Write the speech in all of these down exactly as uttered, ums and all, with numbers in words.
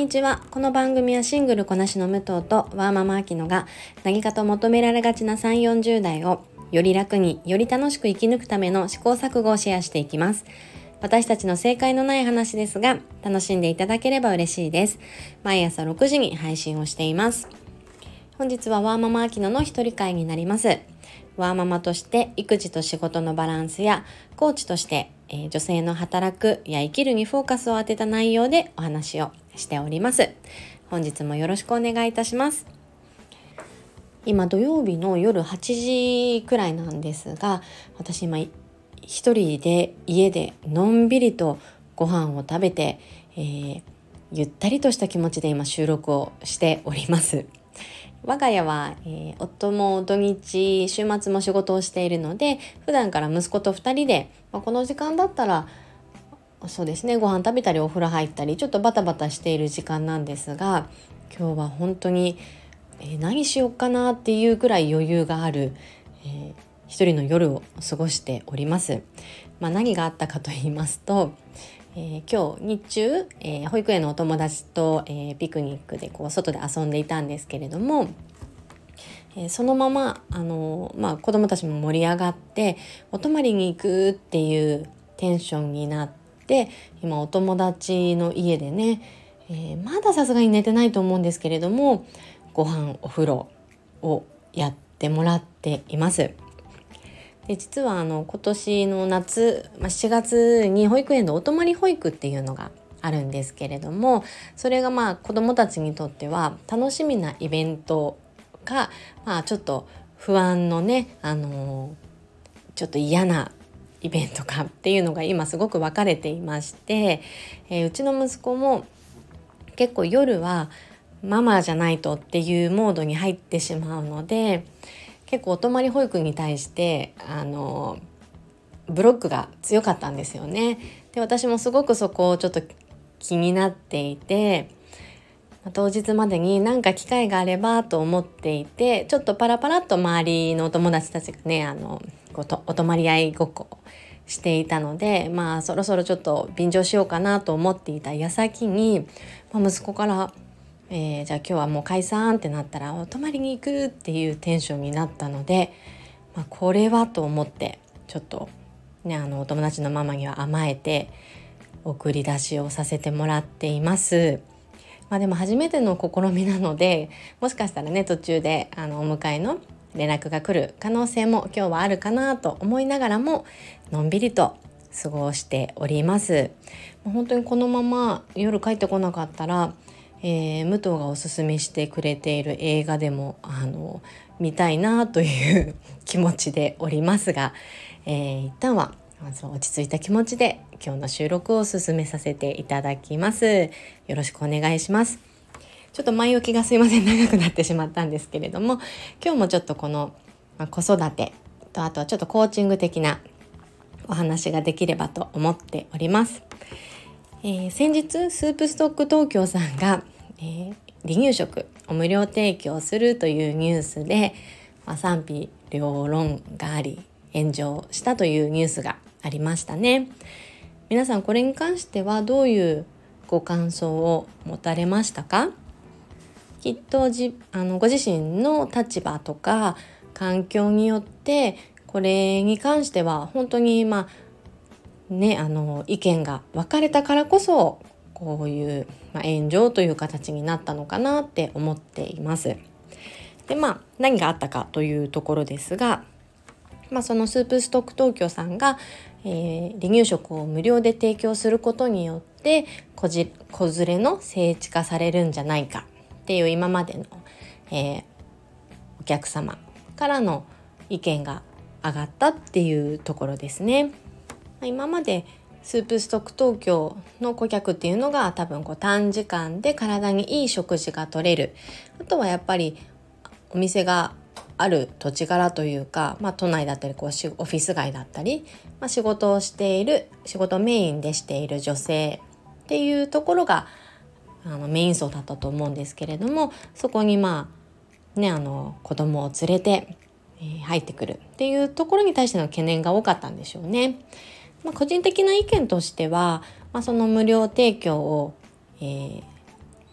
にちは。この番組はシングルこなしの武藤とワーママアキノが何かと求められがちなさんじゅう、よんじゅう代をより楽により楽しく生き抜くための試行錯誤をシェアしていきます。私たちの正解のない話ですが、楽しんでいただければ嬉しいです。毎朝ろくじに配信をしています。本日はワーママアキノの一人会になります。ワーママとして育児と仕事のバランスや、コーチとして、えー、女性の働くや生きるにフォーカスを当てた内容でお話をしております。本日もよろしくお願いいたします。今土曜日の夜はちじくらいなんですが、私今一人で家でのんびりとご飯を食べて、えー、ゆったりとした気持ちで今収録をしております。我が家は、えー、夫も土日週末も仕事をしているので、普段から息子とふたりで、まあ、この時間だったらそうですね、ご飯食べたりお風呂入ったりちょっとバタバタしている時間なんですが、今日は本当に、えー、何しようかなっていうくらい余裕がある、えー、一人の夜を過ごしております。まあ、何があったかと言いますと、えー、今日日中、えー、保育園のお友達と、えー、ピクニックでこう外で遊んでいたんですけれども、えー、そのまま、あのーまあ、子どもたちも盛り上がってお泊まりに行くっていうテンションになって、今お友達の家でね、えー、まださすがに寝てないと思うんですけれども、ご飯お風呂をやってもらっています。で実はあの今年の夏、まあ、しちがつに保育園のお泊まり保育っていうのがあるんですけれども、それがまあ子どもたちにとっては楽しみなイベントか、まあ、ちょっと不安のね、あのー、ちょっと嫌なイベントかっていうのが今すごく分かれていまして、えー、うちの息子も結構夜はママじゃないとっていうモードに入ってしまうので、結構お泊まり保育に対してあのブロックが強かったんですよね。で私もすごくそこをちょっと気になっていて、当日までに何か機会があればと思っていて、ちょっとパラパラっと周りのお友達たちがね、あのおとお泊まり合いごっこしていたので、まあそろそろちょっと便乗しようかなと思っていた矢先に、まあ、息子からえー、じゃあ今日はもう解散ってなったらお泊まりに行くっていうテンションになったので、まあ、これはと思ってちょっとね、あのお友達のママには甘えて送り出しをさせてもらっています。まあ、でも初めての試みなので、もしかしたらね途中であのお迎えの連絡が来る可能性も今日はあるかなと思いながらも、のんびりと過ごしております。本当にこのまま夜帰ってこなかったら、えー、武藤がおすすめしてくれている映画でもあの見たいなという気持ちでおりますが、えー、一旦はまず落ち着いた気持ちで今日の収録を進めさせていただきます。よろしくお願いします。ちょっと前置きがすいません長くなってしまったんですけれども、今日もちょっとこの、まあ、子育てとあとはちょっとコーチング的なお話ができればと思っております。えー、先日スープストック東京さんがえー、離乳食を無料提供するというニュースで、まあ、賛否両論があり炎上したというニュースがありましたね。皆さんこれに関してはどういうご感想を持たれましたか？きっとじあのご自身の立場とか環境によってこれに関しては本当にまあねあの意見が分かれたからこそこういう、まあ、炎上という形になったのかなって思っています。でまあ何があったかというところですが、まあ、そのスープストック東京さんが、えー、離乳食を無料で提供することによって子じ子連れの聖地化されるんじゃないかっていう今までの、えー、お客様からの意見が上がったっていうところですね。今までスープストック東京の顧客っていうのが多分こう短時間で体にいい食事が取れる、あとはやっぱりお店がある土地柄というか、まあ、都内だったりこうオフィス街だったり、まあ、仕事をしている仕事をメインでしている女性っていうところがあのメイン層だったと思うんですけれども、そこにまあねあの子供を連れて、えー、入ってくるっていうところに対しての懸念が多かったんでしょうね。まあ、個人的な意見としては、まあ、その無料提供を、えー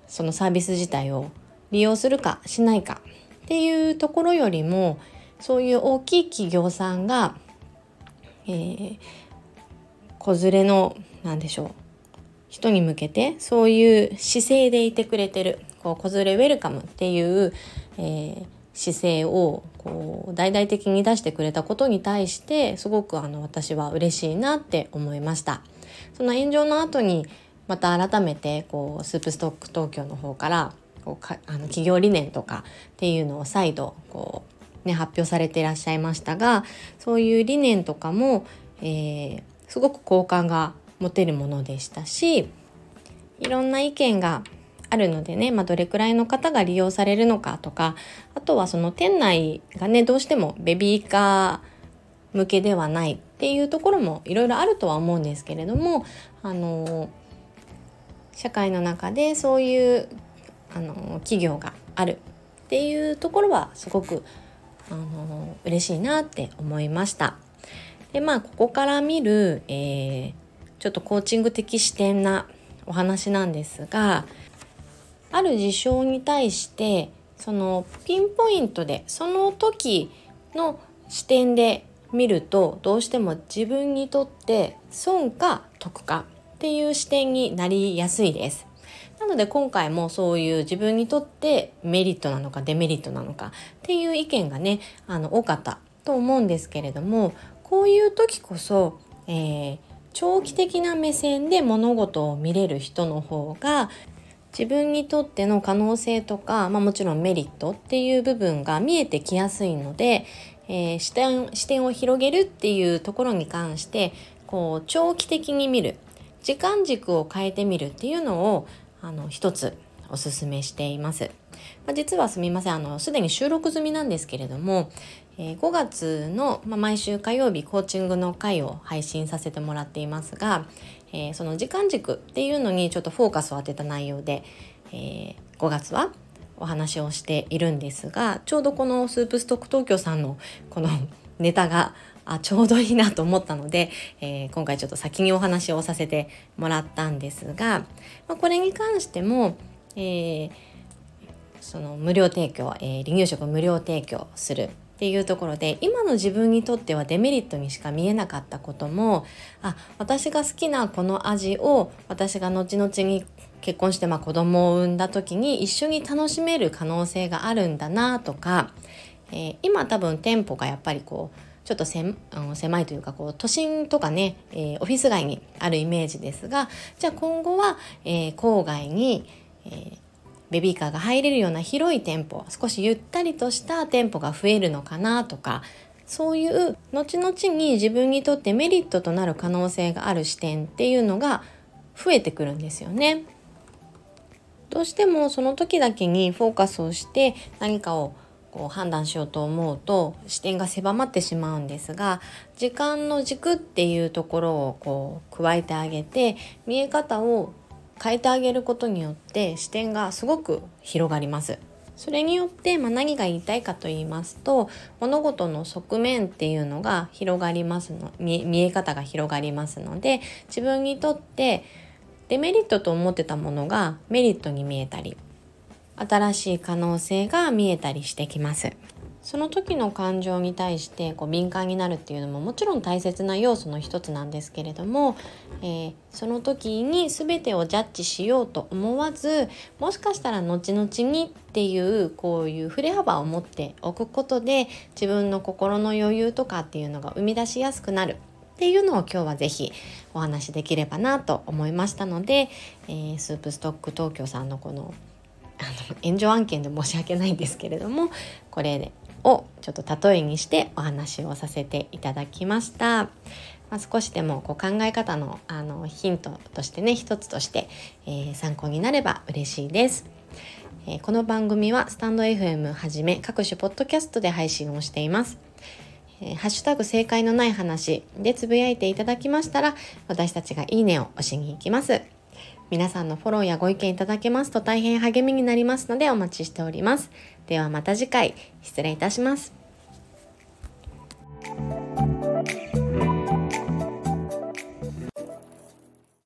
そのサービス自体を利用するかしないかっていうところよりも、そういう大きい企業さんが、えー、子連れのなんでしょう人に向けてそういう姿勢でいてくれてる、こう子連れウェルカムっていう、えー、姿勢をこう大々的に出してくれたことに対してすごくあの私は嬉しいなって思いました。その炎上の後にまた改めてこうスープストック東京の方からこうかあの企業理念とかっていうのを再度こう、ね、発表されていらっしゃいましたが、そういう理念とかも、えー、すごく好感が持てるものでしたし、いろんな意見があるのでね、まあ、どれくらいの方が利用されるのかとか、あとはその店内がねどうしてもベビーカー向けではないっていうところもいろいろあるとは思うんですけれども、あの社会の中でそういうあの企業があるっていうところはすごくあの嬉しいなって思いました。でまあここから見る、えー、ちょっとコーチング的視点なお話なんですが、ある事象に対してそのピンポイントでその時の視点で見ると、どうしても自分にとって損か得かっていう視点になりやすいです。なので今回もそういう自分にとってメリットなのかデメリットなのかっていう意見がねあの多かったと思うんですけれども、こういう時こそ、えー、長期的な目線で物事を見れる人の方が自分にとっての可能性とか、まあ、もちろんメリットっていう部分が見えてきやすいので、えー、視点、視点を広げるっていうところに関してこう長期的に見る、時間軸を変えてみるっていうのをあの一つおすすめしています。まあ、実はすみません、あのすでに収録済みなんですけれども、えー、ごがつの、まあ、毎週火曜日コーチングの回を配信させてもらっていますが、えー、その時間軸っていうのにちょっとフォーカスを当てた内容で、えー、ごがつはお話をしているんですが、ちょうどこのスープストック東京さんのこのネタがあちょうどいいなと思ったので、えー、今回ちょっと先にお話をさせてもらったんですが、まあ、これに関しても、えー、その無料提供、えー、離乳食無料提供するっていうところで、今の自分にとってはデメリットにしか見えなかったことも、あ、私が好きなこの味を私が後々に結婚して、まあ、子供を産んだ時に一緒に楽しめる可能性があるんだなとか、えー、今多分店舗がやっぱりこうちょっとせあの狭いというかこう都心とかね、えー、オフィス街にあるイメージですが、じゃあ今後は、えー、郊外に、えーベビーカーが入れるような広い店舗、少しゆったりとした店舗が増えるのかなとか、そういう後々に自分にとってメリットとなる可能性がある視点っていうのが増えてくるんですよね。どうしてもその時だけにフォーカスをして何かをこう判断しようと思うと視点が狭まってしまうんですが、時間の軸っていうところをこう加えてあげて見え方を変えてあげることによって視点がすごく広がります。それによって、まあ、何が言いたいかと言いますと、物事の側面っていうのが広がりますの、見、見え方が広がりますので、自分にとってデメリットと思ってたものがメリットに見えたり、新しい可能性が見えたりしてきます。その時の感情に対してこう敏感になるっていうのももちろん大切な要素の一つなんですけれども、えー、その時に全てをジャッジしようと思わず、もしかしたら後々にっていうこういう振れ幅を持っておくことで自分の心の余裕とかっていうのが生み出しやすくなるっていうのを今日はぜひお話しできればなと思いましたので、えー、スープストック東京さんのこのあの炎上案件で申し訳ないんですけれども、これでをちょっと例えにしてお話をさせていただきました。まあ、少しでもこう考え方の、あのヒントとしてね、一つとして、えー、参考になれば嬉しいです。えー、この番組はスタンド エフエム はじめ各種ポッドキャストで配信をしています。えー、ハッシュタグ正解のない話でつぶやいていただきましたら、私たちがいいねを押しに行きます。皆さんのフォローやご意見いただけますと大変励みになりますのでお待ちしております。ではまた次回、失礼いたします。